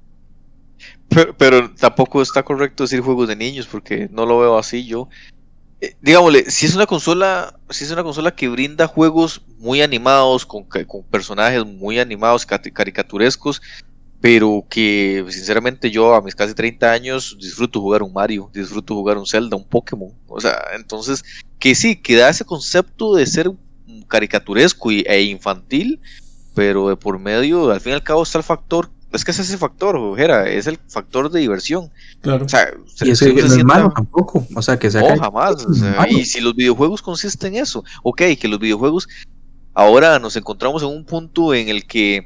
Pero tampoco está correcto decir juegos de niños porque no lo veo así yo. Digámosle, si es una consola que brinda juegos muy animados, con personajes muy animados, caricaturescos, pero que sinceramente yo a mis casi 30 años disfruto jugar un Mario, disfruto jugar un Zelda, un Pokémon, o sea, entonces que sí, que da ese concepto de ser caricaturesco e infantil, pero de por medio, al fin y al cabo está el factor, es que es ese factor, Ojera, es el factor de diversión, o Claro. sea, Y eso se no es sienta. malo tampoco. O sea, que sea No, jamás. O sea, malo. y si los videojuegos consisten en eso, ok, que los videojuegos ahora nos encontramos en un punto en el que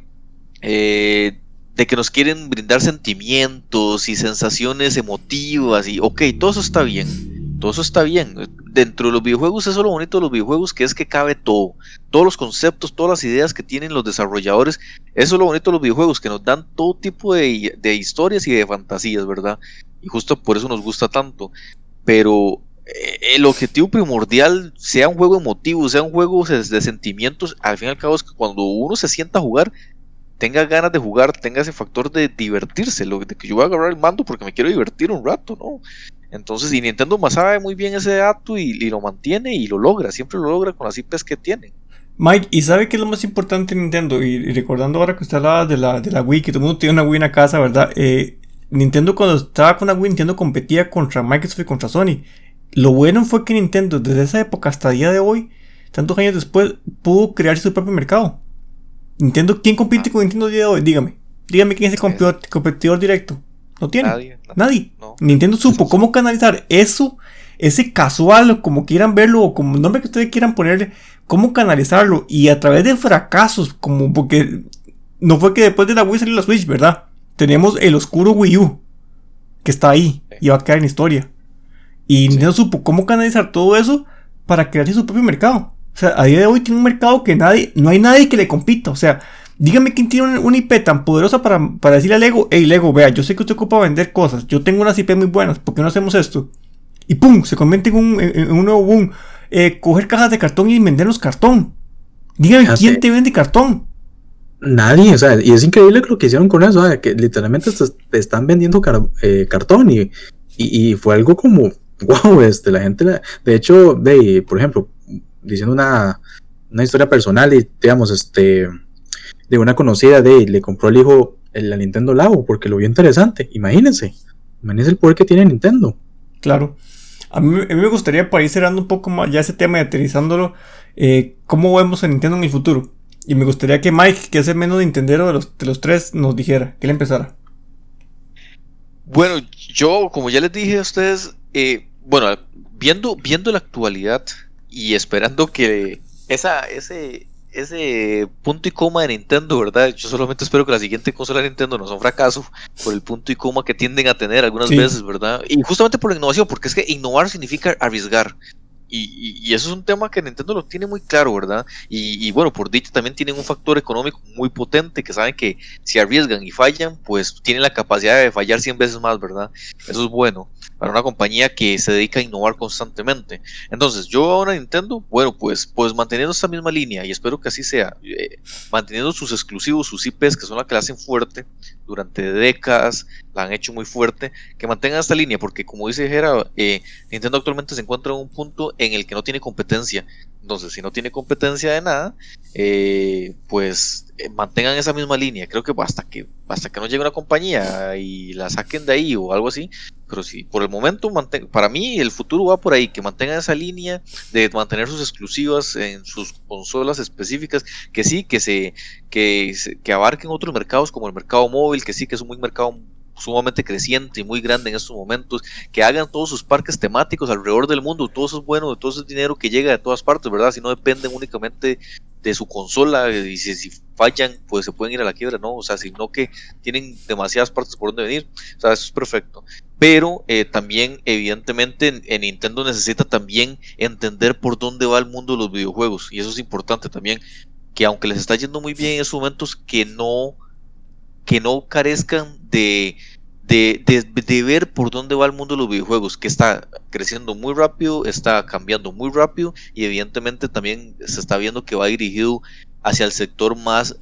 de que nos quieren brindar sentimientos y sensaciones emotivas y ok, todo eso está bien, todo eso está bien. Dentro de los videojuegos, eso es lo bonito de los videojuegos, que es que cabe todo, todos los conceptos, todas las ideas que tienen los desarrolladores, eso es lo bonito de los videojuegos, que nos dan todo tipo de historias y de fantasías, ¿verdad? Y justo por eso nos gusta tanto, pero el objetivo primordial, sea un juego emotivo, sea un juego de sentimientos, al fin y al cabo es que cuando uno se sienta a jugar, tenga ganas de jugar, tenga ese factor de divertirse, de que yo voy a agarrar el mando porque me quiero divertir un rato, ¿no? Entonces, y Nintendo más sabe muy bien ese dato y lo mantiene y lo logra, siempre lo logra con las IPs que tiene. Mike, ¿y sabe qué es lo más importante en Nintendo? Y recordando ahora que usted hablaba de la Wii, que todo el mundo tiene una Wii en la casa, ¿verdad? Nintendo cuando estaba con la Wii, Nintendo competía contra Microsoft y contra Sony. Lo bueno fue que Nintendo, desde esa época hasta el día de hoy, tantos años después, pudo crear su propio mercado. Nintendo, ¿quién compite con Nintendo el día de hoy? Dígame. Dígame quién es el competidor directo. No tiene. Nadie. No. Nintendo supo cómo canalizar eso, ese casual, o como quieran verlo, o como el nombre que ustedes quieran ponerle, cómo canalizarlo. Y a través de fracasos, como porque no fue que después de la Wii salió la Switch, ¿verdad? Tenemos el oscuro Wii U, que está ahí, y va a quedar en historia. Y Nintendo supo cómo canalizar todo eso para crearse su propio mercado. O sea, a día de hoy tiene un mercado que no hay nadie que le compita. O sea, dígame quién tiene una IP tan poderosa para decirle a Lego, hey Lego, vea, yo sé que usted ocupa vender cosas, yo tengo unas IP muy buenas, ¿por qué no hacemos esto? Y pum, se convierte en un nuevo boom. Coger cajas de cartón y venderlos cartón. Dígame quién te vende cartón. Nadie, o sea, y es increíble lo que hicieron con eso, que literalmente te están vendiendo cartón y fue algo como, wow, la gente, de hecho, por ejemplo, diciendo una historia personal y digamos, de una conocida le compró al hijo la Nintendo Labo porque lo vio interesante, imagínense el poder que tiene Nintendo. Claro, a mí me gustaría para ir cerrando un poco más ya ese tema y aterrizándolo, cómo vemos a Nintendo en el futuro. Y me gustaría que Mike, que es el menos Nintendero de los tres, nos dijera, que él empezara. Bueno, yo, como ya les dije a ustedes, bueno, viendo la actualidad y esperando que ese punto y coma de Nintendo, ¿verdad? Yo solamente espero que la siguiente consola de Nintendo no sea un fracaso por el punto y coma que tienden a tener algunas veces, ¿verdad? Y justamente por la innovación, porque es que innovar significa arriesgar. Y eso es un tema que Nintendo lo tiene muy claro, ¿verdad? Y bueno, por dicho también tienen un factor económico muy potente, que saben que si arriesgan y fallan, pues tienen la capacidad de fallar 100 veces más, ¿verdad? Eso es bueno para una compañía que se dedica a innovar constantemente. Entonces, yo ahora Nintendo, bueno, pues manteniendo esta misma línea, y espero que así sea, manteniendo sus exclusivos, sus IPs, que son las que la hacen fuerte durante décadas, la han hecho muy fuerte, que mantengan esta línea, porque como dice Jera, Nintendo actualmente se encuentra en un punto en el que no tiene competencia. Entonces, si no tiene competencia de nada, pues mantengan esa misma línea. Creo que hasta que no llegue una compañía y la saquen de ahí o algo así. Pero sí, por el momento, para mí el futuro va por ahí, que mantengan esa línea de mantener sus exclusivas en sus consolas específicas, que sí, que abarquen otros mercados como el mercado móvil, que sí, que es un mercado sumamente creciente y muy grande en estos momentos, que hagan todos sus parques temáticos alrededor del mundo, todo eso es bueno, de todo ese dinero que llega de todas partes, ¿verdad? Si no dependen únicamente de su consola y si fallan, pues se pueden ir a la quiebra, ¿no? O sea, sino que tienen demasiadas partes por donde venir, o sea, eso es perfecto. Pero también, evidentemente, en Nintendo necesita también entender por dónde va el mundo de los videojuegos, y eso es importante también, que aunque les está yendo muy bien en esos momentos, que no carezcan de ver por dónde va el mundo de los videojuegos, que está creciendo muy rápido, está cambiando muy rápido y evidentemente también se está viendo que va dirigido hacia el sector más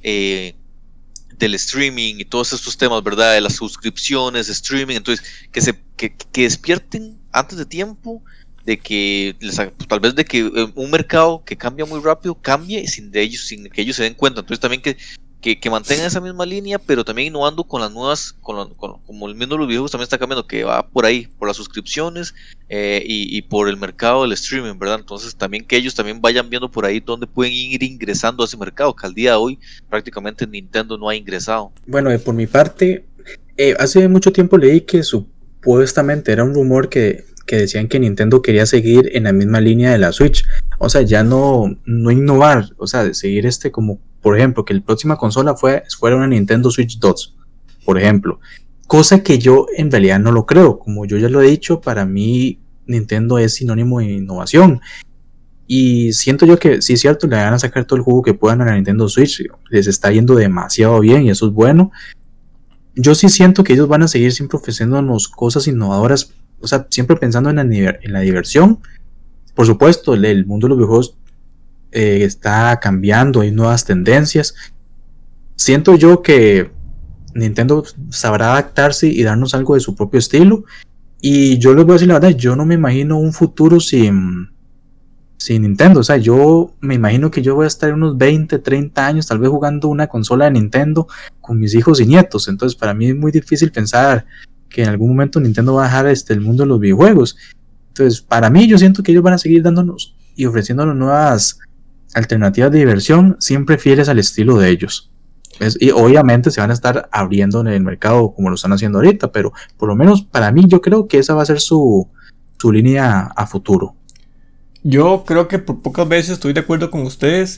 del streaming y todos estos temas, ¿verdad? De las suscripciones, streaming, entonces que despierten antes de tiempo, de que tal vez de que un mercado que cambia muy rápido cambie sin que ellos se den cuenta, entonces también que mantengan esa misma línea, pero también innovando con las nuevas, como el mundo de los videojuegos también está cambiando, que va por ahí, por las suscripciones y por el mercado del streaming, ¿verdad? Entonces también que ellos también vayan viendo por ahí dónde pueden ir ingresando a ese mercado, que al día de hoy prácticamente Nintendo no ha ingresado. Bueno, por mi parte, hace mucho tiempo leí que supuestamente era un rumor que decían que Nintendo quería seguir en la misma línea de la Switch, o sea, ya no innovar, o sea, de seguir como, por ejemplo, que la próxima consola fuera una Nintendo Switch 2, por ejemplo, cosa que yo en realidad no lo creo. Como yo ya lo he dicho, para mí Nintendo es sinónimo de innovación, y siento yo que sí es cierto, le van a sacar todo el jugo que puedan a la Nintendo Switch, les está yendo demasiado bien y eso es bueno. Yo sí siento que ellos van a seguir siempre ofreciéndonos cosas innovadoras, o sea, siempre pensando en la diversión. Por supuesto, el mundo de los videojuegos está cambiando, hay nuevas tendencias. Siento yo que Nintendo sabrá adaptarse y darnos algo de su propio estilo. Y yo les voy a decir la verdad, yo no me imagino un futuro sin Nintendo. O sea, yo me imagino que yo voy a estar unos 20, 30 años tal vez jugando una consola de Nintendo con mis hijos y nietos. Entonces para mí es muy difícil pensar que en algún momento Nintendo va a dejar el mundo de los videojuegos. Entonces para mí yo siento que ellos van a seguir dándonos y ofreciéndonos nuevas alternativas de diversión, siempre fieles al estilo de ellos. Y obviamente se van a estar abriendo en el mercado como lo están haciendo ahorita, pero por lo menos para mí yo creo que esa va a ser su línea a futuro. Yo creo que por pocas veces estoy de acuerdo con ustedes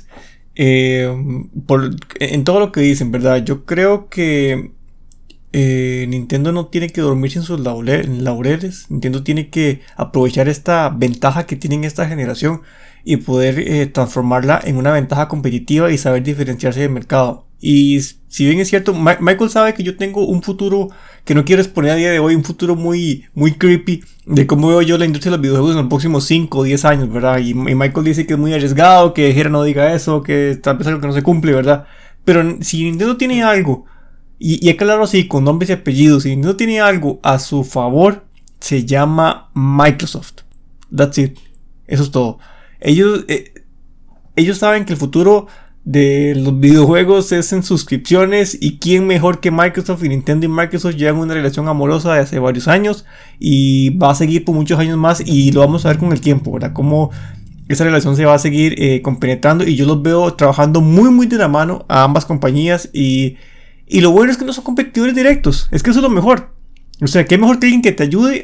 en todo lo que dicen, ¿verdad? Yo creo que Nintendo no tiene que dormirse en sus laureles. Nintendo tiene que aprovechar esta ventaja que tiene en esta generación y poder transformarla en una ventaja competitiva y saber diferenciarse del mercado. Y si bien es cierto, Michael sabe que yo tengo un futuro que no quiero exponer a día de hoy, un futuro muy, muy creepy de cómo veo yo la industria de los videojuegos en los próximos 5 o 10 años, ¿verdad? Y Michael dice que es muy arriesgado, que Jera no diga eso, que tal vez algo que no se cumple, ¿verdad? Pero si Nintendo tiene algo, y hay que hablarlo así, con nombres y apellidos, si Nintendo tiene algo a su favor, se llama Microsoft. That's it. Eso es todo. Ellos saben que el futuro de los videojuegos es en suscripciones, y quién mejor que Microsoft. Y Nintendo y Microsoft llevan una relación amorosa de hace varios años y va a seguir por muchos años más, y lo vamos a ver con el tiempo, ¿verdad? Cómo esa relación se va a seguir compenetrando, y yo los veo trabajando muy muy de la mano a ambas compañías, y lo bueno es que no son competidores directos, es que eso es lo mejor. O sea, que mejor que alguien que te ayude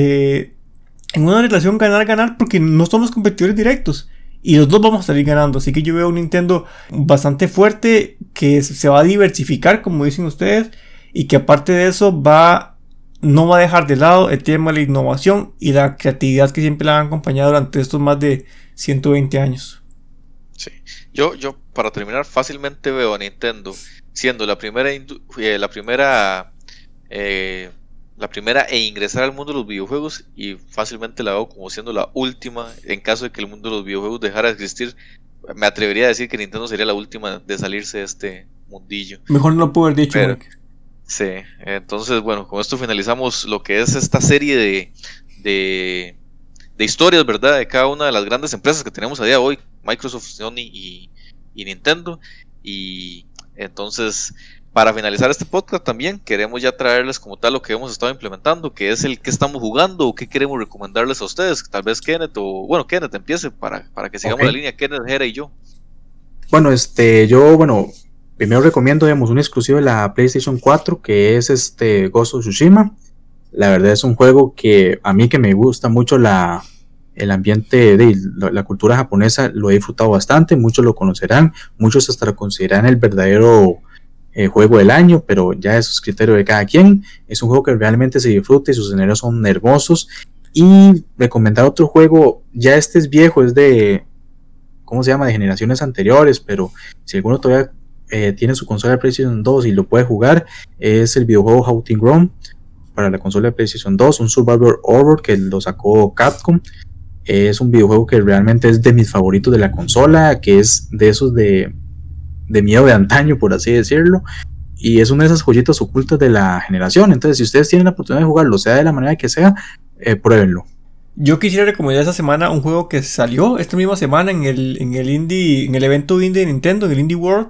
en una relación ganar, porque no somos competidores directos y los dos vamos a salir ganando. Así que yo veo un Nintendo bastante fuerte, que se va a diversificar, como dicen ustedes, y que aparte de eso no va a dejar de lado el tema de la innovación y la creatividad que siempre la han acompañado durante estos más de 120 años. Sí. Yo para terminar, fácilmente veo a Nintendo siendo la primera e ingresar al mundo de los videojuegos, y fácilmente la veo como siendo la última en caso de que el mundo de los videojuegos dejara de existir. Me atrevería a decir que Nintendo sería la última de salirse de este mundillo. Mejor no lo puedo haber dicho, Pero, Mike. sí, entonces bueno, con esto finalizamos lo que es esta serie de historias, ¿verdad? De cada una de las grandes empresas que tenemos a día de hoy, Microsoft, Sony y Nintendo. Y entonces, para finalizar este podcast también queremos ya traerles como tal lo que hemos estado implementando, que es el que estamos jugando o qué queremos recomendarles a ustedes. Tal vez Kenneth Kenneth empiece para que sigamos la línea, Kenneth, Jera y yo. Bueno, yo primero recomiendo, digamos, un exclusivo de la PlayStation 4, que es Ghost of Tsushima. La verdad es un juego que a mí, que me gusta mucho el ambiente de la cultura japonesa, lo he disfrutado bastante. Muchos lo conocerán, muchos hasta lo consideran el verdadero juego del año, pero ya eso es criterio de cada quien. Es un juego que realmente se disfruta y sus escenarios son hermosos. Y recomendar otro juego, ya es viejo, es de, ¿cómo se llama?, de generaciones anteriores, pero si alguno todavía tiene su consola de PlayStation 2 y lo puede jugar, es el videojuego Haunting Ground para la consola de PlayStation 2, un survival horror que lo sacó Capcom. Es un videojuego que realmente es de mis favoritos de la consola, que es de esos de miedo de antaño, por así decirlo, y es una de esas joyitas ocultas de la generación. Entonces, si ustedes tienen la oportunidad de jugarlo, sea de la manera que sea, pruébenlo. Yo quisiera recomendar esta semana un juego que salió esta misma semana en el evento indie de Nintendo, en el Indie World.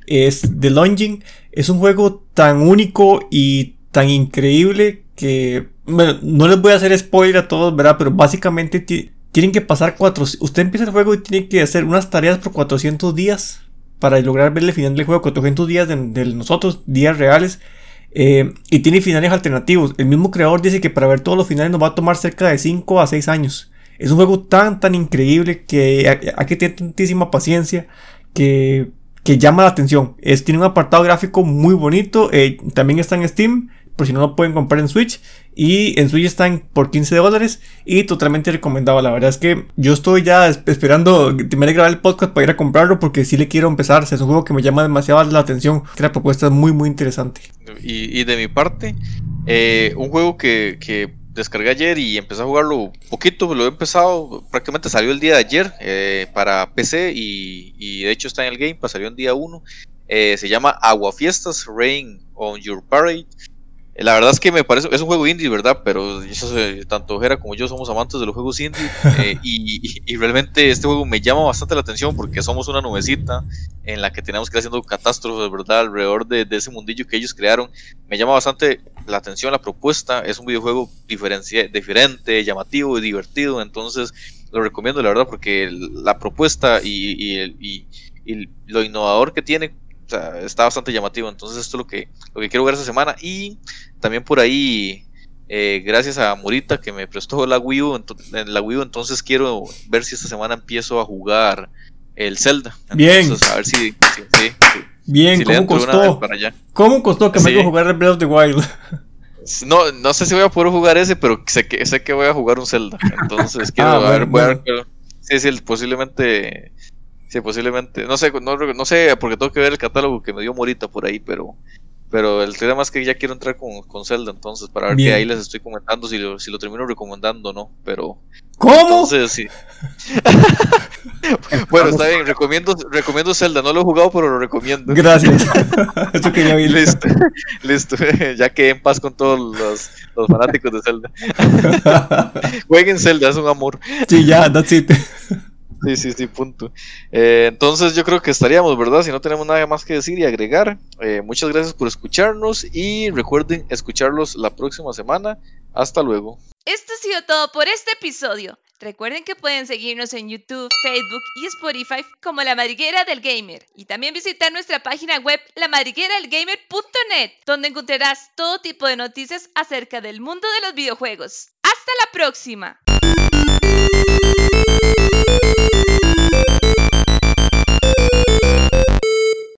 es The Longing. Es un juego tan único y tan increíble que, bueno, no les voy a hacer spoiler a todos, ¿verdad? Pero básicamente tienen que pasar usted empieza el juego y tiene que hacer unas tareas por 400 días para lograr ver el final del juego. 400 días de nosotros, días reales. Y tiene finales alternativos. El mismo creador dice que para ver todos los finales nos va a tomar cerca de 5 a 6 años. Es un juego tan increíble que hay que tener tantísima paciencia que llama la atención. Tiene un apartado gráfico muy bonito. También está en Steam, por si no lo pueden comprar en Switch. Y en Switch están por $15 y totalmente recomendado. La verdad es que yo estoy ya esperando terminar de grabar el podcast para ir a comprarlo, porque sí le quiero empezar. Es un juego que me llama demasiado la atención, que la propuesta es muy interesante. Y de mi parte, un juego que descargué ayer y empecé a jugarlo poquito. Lo he empezado, prácticamente salió el día de ayer para PC y de hecho está en el Game Pass, salió en día 1. Se llama Aguafiestas, Rain on Your Parade. La verdad es que me parece, es un juego indie, ¿verdad? Pero tanto Jera como yo somos amantes de los juegos indie. Y realmente este juego me llama bastante la atención porque somos una nubecita en la que tenemos que ir haciendo catástrofes, ¿verdad? Alrededor de ese mundillo que ellos crearon. Me llama bastante la atención la propuesta. Es un videojuego diferente, llamativo y divertido. Entonces lo recomiendo, la verdad, porque la propuesta y lo innovador que tiene, o sea, está bastante llamativo. Entonces esto es lo que quiero ver esta semana. Y también por ahí, gracias a Morita que me prestó la Wii U, entonces quiero ver si esta semana empiezo a jugar el Zelda. Bien. Entonces, a ver si bien, si ¿cómo costó? Para allá. ¿Cómo costó que me haga jugar el Breath of the Wild? No sé si voy a poder jugar ese, pero sé que voy a jugar un Zelda. Entonces quiero ver. Sí, posiblemente. Sí, posiblemente. No sé, porque tengo que ver el catálogo que me dio Morita por ahí, pero el tema es que ya quiero entrar con Zelda, entonces, para ver qué ahí les estoy comentando, si lo termino recomendando o no, pero... ¿Cómo? Entonces, sí. Bueno, está bien, recomiendo Zelda, no lo he jugado, pero lo recomiendo. Gracias. Eso quería oír. Listo. Ya quedé en paz con todos los fanáticos de Zelda. Jueguen Zelda, es un amor. Sí, ya, that's it. Sí, punto. Entonces yo creo que estaríamos, ¿verdad? Si no tenemos nada más que decir y agregar. Muchas gracias por escucharnos y recuerden escucharlos la próxima semana. Hasta luego. Esto ha sido todo por este episodio. Recuerden que pueden seguirnos en YouTube, Facebook y Spotify como La Madriguera del Gamer. Y también visitar nuestra página web lamadrigueradelgamer.net, donde encontrarás todo tipo de noticias acerca del mundo de los videojuegos. ¡Hasta la próxima!